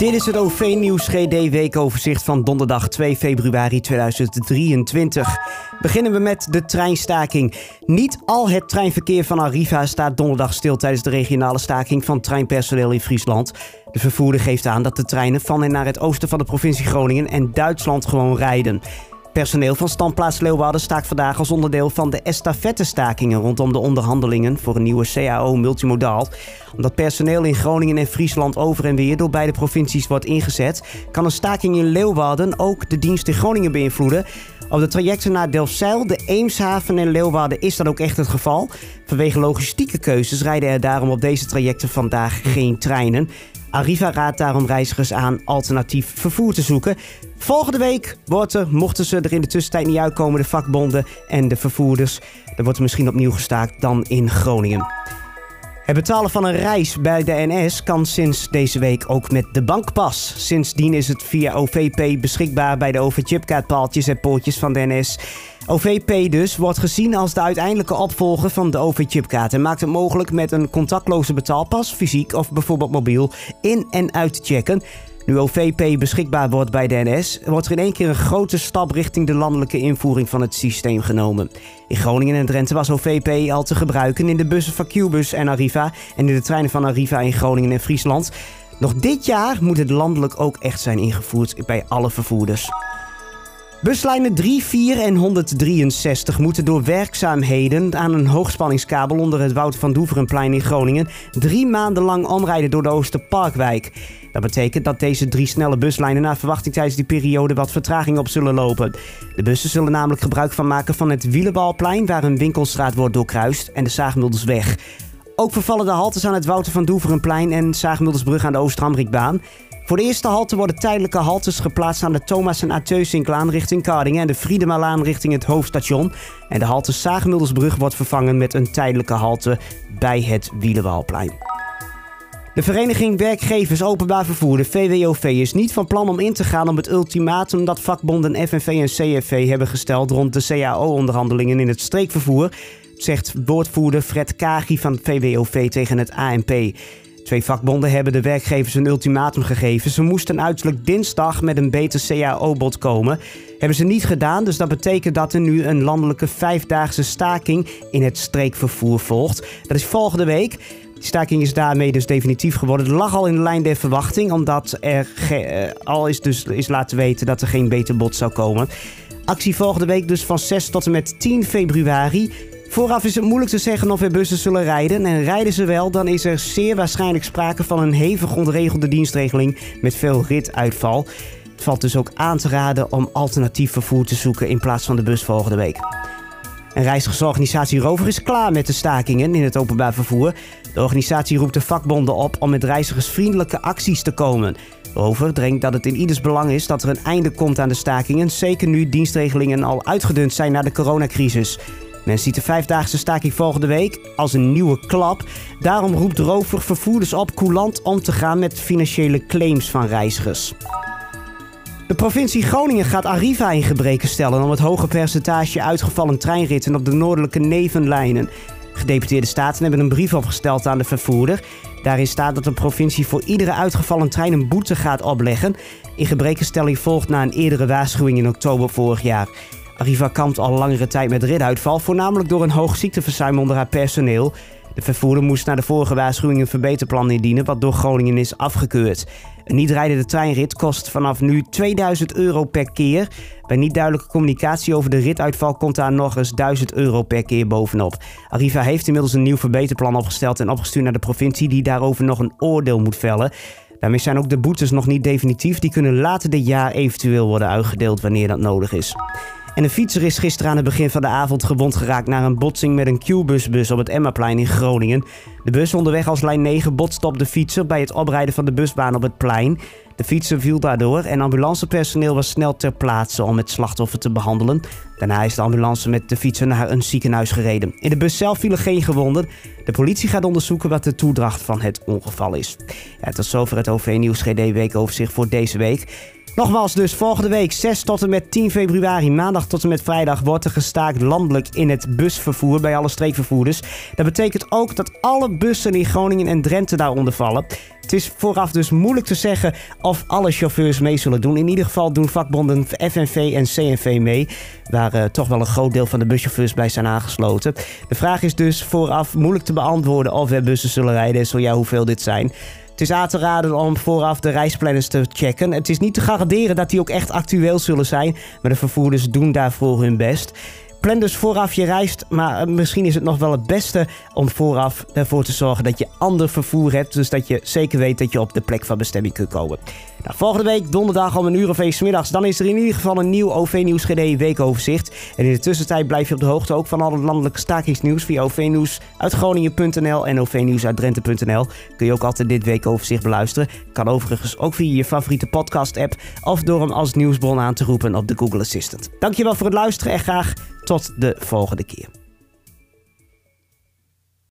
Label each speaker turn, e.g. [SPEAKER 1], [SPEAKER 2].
[SPEAKER 1] Dit is het OV-nieuws GD-weekoverzicht van donderdag 2 februari 2023. Beginnen we met de treinstaking. Niet al het treinverkeer van Arriva staat donderdag stil tijdens de regionale staking van treinpersoneel in Friesland. De vervoerder geeft aan dat de treinen van en naar het oosten van de provincie Groningen en Duitsland gewoon rijden. Personeel van standplaats Leeuwarden staakt vandaag als onderdeel van de estafettestakingen rondom de onderhandelingen voor een nieuwe CAO multimodaal. Omdat personeel in Groningen en Friesland over en weer door beide provincies wordt ingezet, kan een staking in Leeuwarden ook de dienst in Groningen beïnvloeden. Op de trajecten naar Delfzijl, de Eemshaven en Leeuwarden is dat ook echt het geval. Vanwege logistieke keuzes rijden er daarom op deze trajecten vandaag geen treinen. Arriva raadt daarom reizigers aan alternatief vervoer te zoeken. Volgende week wordt er, mochten ze er in de tussentijd niet uitkomen, de vakbonden en de vervoerders. Er wordt misschien opnieuw gestaakt dan in Groningen. Het betalen van een reis bij de NS kan sinds deze week ook met de bankpas. Sindsdien is het via OVP beschikbaar bij de OV-chipkaartpaaltjes en poortjes van de NS. OVP dus wordt gezien als de uiteindelijke opvolger van de OV-chipkaart en maakt het mogelijk met een contactloze betaalpas, fysiek of bijvoorbeeld mobiel, in- en uit te checken. Nu OVP beschikbaar wordt bij de NS, wordt er in één keer een grote stap richting de landelijke invoering van het systeem genomen. In Groningen en Drenthe was OVP al te gebruiken in de bussen van Qbus en Arriva en in de treinen van Arriva in Groningen en Friesland. Nog dit jaar moet het landelijk ook echt zijn ingevoerd bij alle vervoerders. Buslijnen 3, 4 en 163 moeten door werkzaamheden aan een hoogspanningskabel onder het Wouter van Doeverenplein in Groningen 3 maanden lang omrijden door de Oosterparkwijk. Dat betekent dat deze 3 snelle buslijnen naar verwachting tijdens die periode wat vertraging op zullen lopen. De bussen zullen namelijk gebruik van maken van het Wielenbalplein waar een winkelstraat wordt doorkruist en de Zaagmuldersweg. Ook vervallen de haltes aan het Wouter van Doeverenplein en Zaagmuldersbrug aan de Oost-Ramrikbaan. Voor de eerste halte worden tijdelijke haltes geplaatst aan de Thomas en Ateusinklaan richting Kardingen en de Friedemalaan richting het hoofdstation. En de halte Zaagmuldersbrug wordt vervangen met een tijdelijke halte bij het Wielenwaalplein. De Vereniging Werkgevers Openbaar Vervoer, de VWOV, is niet van plan om in te gaan op het ultimatum dat vakbonden FNV en CFV hebben gesteld rond de CAO-onderhandelingen in het streekvervoer, zegt woordvoerder Fred Kagi van het VWOV tegen het ANP. 2 vakbonden hebben de werkgevers een ultimatum gegeven. Ze moesten uiterlijk dinsdag met een beter CAO-bod komen. Hebben ze niet gedaan, dus dat betekent dat er nu een landelijke 5-daagse staking in het streekvervoer volgt. Dat is volgende week. Die staking is daarmee dus definitief geworden. Het lag al in de lijn der verwachting, omdat er al is laten weten dat er geen beter bod zou komen. Actie volgende week dus van 6 tot en met 10 februari. Vooraf is het moeilijk te zeggen of er bussen zullen rijden. En rijden ze wel, dan is er zeer waarschijnlijk sprake van een hevig ontregelde dienstregeling met veel rituitval. Het valt dus ook aan te raden om alternatief vervoer te zoeken in plaats van de bus volgende week. En reizigersorganisatie Rover is klaar met de stakingen in het openbaar vervoer. De organisatie roept de vakbonden op om met reizigersvriendelijke acties te komen. Rover denkt dat het in ieders belang is dat er een einde komt aan de stakingen, zeker nu dienstregelingen al uitgedund zijn na de coronacrisis. Men ziet de 5-daagse staking volgende week als een nieuwe klap. Daarom roept Rover vervoerders op coulant om te gaan met financiële claims van reizigers. De provincie Groningen gaat Arriva in gebreken stellen om het hoge percentage uitgevallen treinritten op de noordelijke nevenlijnen. Gedeputeerde staten hebben een brief opgesteld aan de vervoerder. Daarin staat dat de provincie voor iedere uitgevallen trein een boete gaat opleggen. In gebrekenstelling volgt na een eerdere waarschuwing in oktober vorig jaar. Arriva kampt al langere tijd met rituitval, voornamelijk door een hoog ziekteverzuim onder haar personeel. De vervoerder moest na de vorige waarschuwing een verbeterplan indienen, wat door Groningen is afgekeurd. Een niet rijdende treinrit kost vanaf nu €2000 per keer. Bij niet duidelijke communicatie over de rituitval komt daar nog eens €1000 per keer bovenop. Arriva heeft inmiddels een nieuw verbeterplan opgesteld en opgestuurd naar de provincie die daarover nog een oordeel moet vellen. Daarmee zijn ook de boetes nog niet definitief. Die kunnen later dit jaar eventueel worden uitgedeeld wanneer dat nodig is. En een fietser is gisteren aan het begin van de avond gewond geraakt na een botsing met een Qbus-bus op het Emmaplein in Groningen. De bus onderweg als lijn 9 botste op de fietser bij het oprijden van de busbaan op het plein. De fietser viel daardoor en ambulancepersoneel was snel ter plaatse om het slachtoffer te behandelen. Daarna is de ambulance met de fietser naar een ziekenhuis gereden. In de bus zelf vielen geen gewonden. De politie gaat onderzoeken wat de toedracht van het ongeval is. Ja, tot zover het OV-nieuws GD-weekoverzicht voor deze week. Nogmaals dus, volgende week 6 tot en met 10 februari, maandag tot en met vrijdag, wordt er gestaakt landelijk in het busvervoer bij alle streekvervoerders. Dat betekent ook dat alle bussen in Groningen en Drenthe daaronder vallen. Het is vooraf dus moeilijk te zeggen of alle chauffeurs mee zullen doen. In ieder geval doen vakbonden FNV en CNV mee, waar toch wel een groot deel van de buschauffeurs bij zijn aangesloten. De vraag is dus vooraf moeilijk te beantwoorden of er bussen zullen rijden en zo ja, hoeveel dit zijn. Het is aan te raden om vooraf de reisplanners te checken. Het is niet te garanderen dat die ook echt actueel zullen zijn, maar de vervoerders doen daarvoor hun best. Plan dus vooraf je reis, maar misschien is het nog wel het beste om vooraf ervoor te zorgen dat je ander vervoer hebt. Dus dat je zeker weet dat je op de plek van bestemming kunt komen. Nou, volgende week donderdag om 1:00 's middags. Dan is er in ieder geval een nieuw OV-nieuws GD weekoverzicht. En in de tussentijd blijf je op de hoogte ook van al het landelijke stakingsnieuws via OV-nieuws uit Groningen.nl en OV-nieuws uit Drenthe.nl. Kun je ook altijd dit weekoverzicht beluisteren. Kan overigens ook via je favoriete podcast-app of door hem als nieuwsbron aan te roepen op de Google Assistant. Dankjewel voor het luisteren en graag tot de volgende keer.